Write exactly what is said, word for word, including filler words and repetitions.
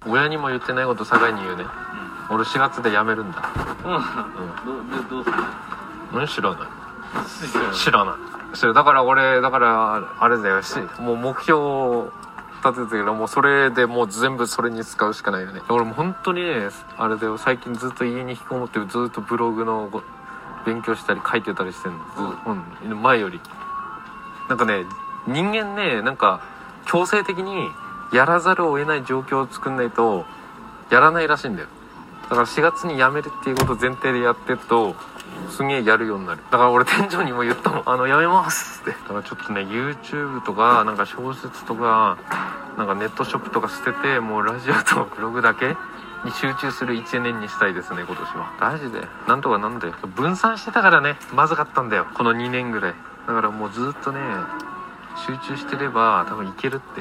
親にも言ってないこと酒井に言うね、うん、俺しがつで辞めるんだ。 うん、うん、ど, どうするの？ 何知らない知らない知らだから俺だからあれだよし、もう目標を立ててるけど、もうそれでもう全部それに使うしかないよね。俺も本当にねあれだよ、最近ずっと家に引きこもってずっとブログの勉強したり書いてたりしてんの、うん、前より。なんかね人間ね、なんか強制的にやらざるを得ない状況を作んないとやらないらしいんだよ。だからしがつに辞めるっていうことを前提でやってるとすげえやるようになる。だから俺店長にも言ったもん、あの辞めますって。だからちょっとね YouTube とかなんか小説とかなんかネットショップとか捨てて、もうラジオとブログだけに集中するいちねんにしたいですね今年は。大事でなんとかなんだよ。分散してたからねまずかったんだよこのにねんぐらい。だからもうずっとね集中してれば多分いけるって。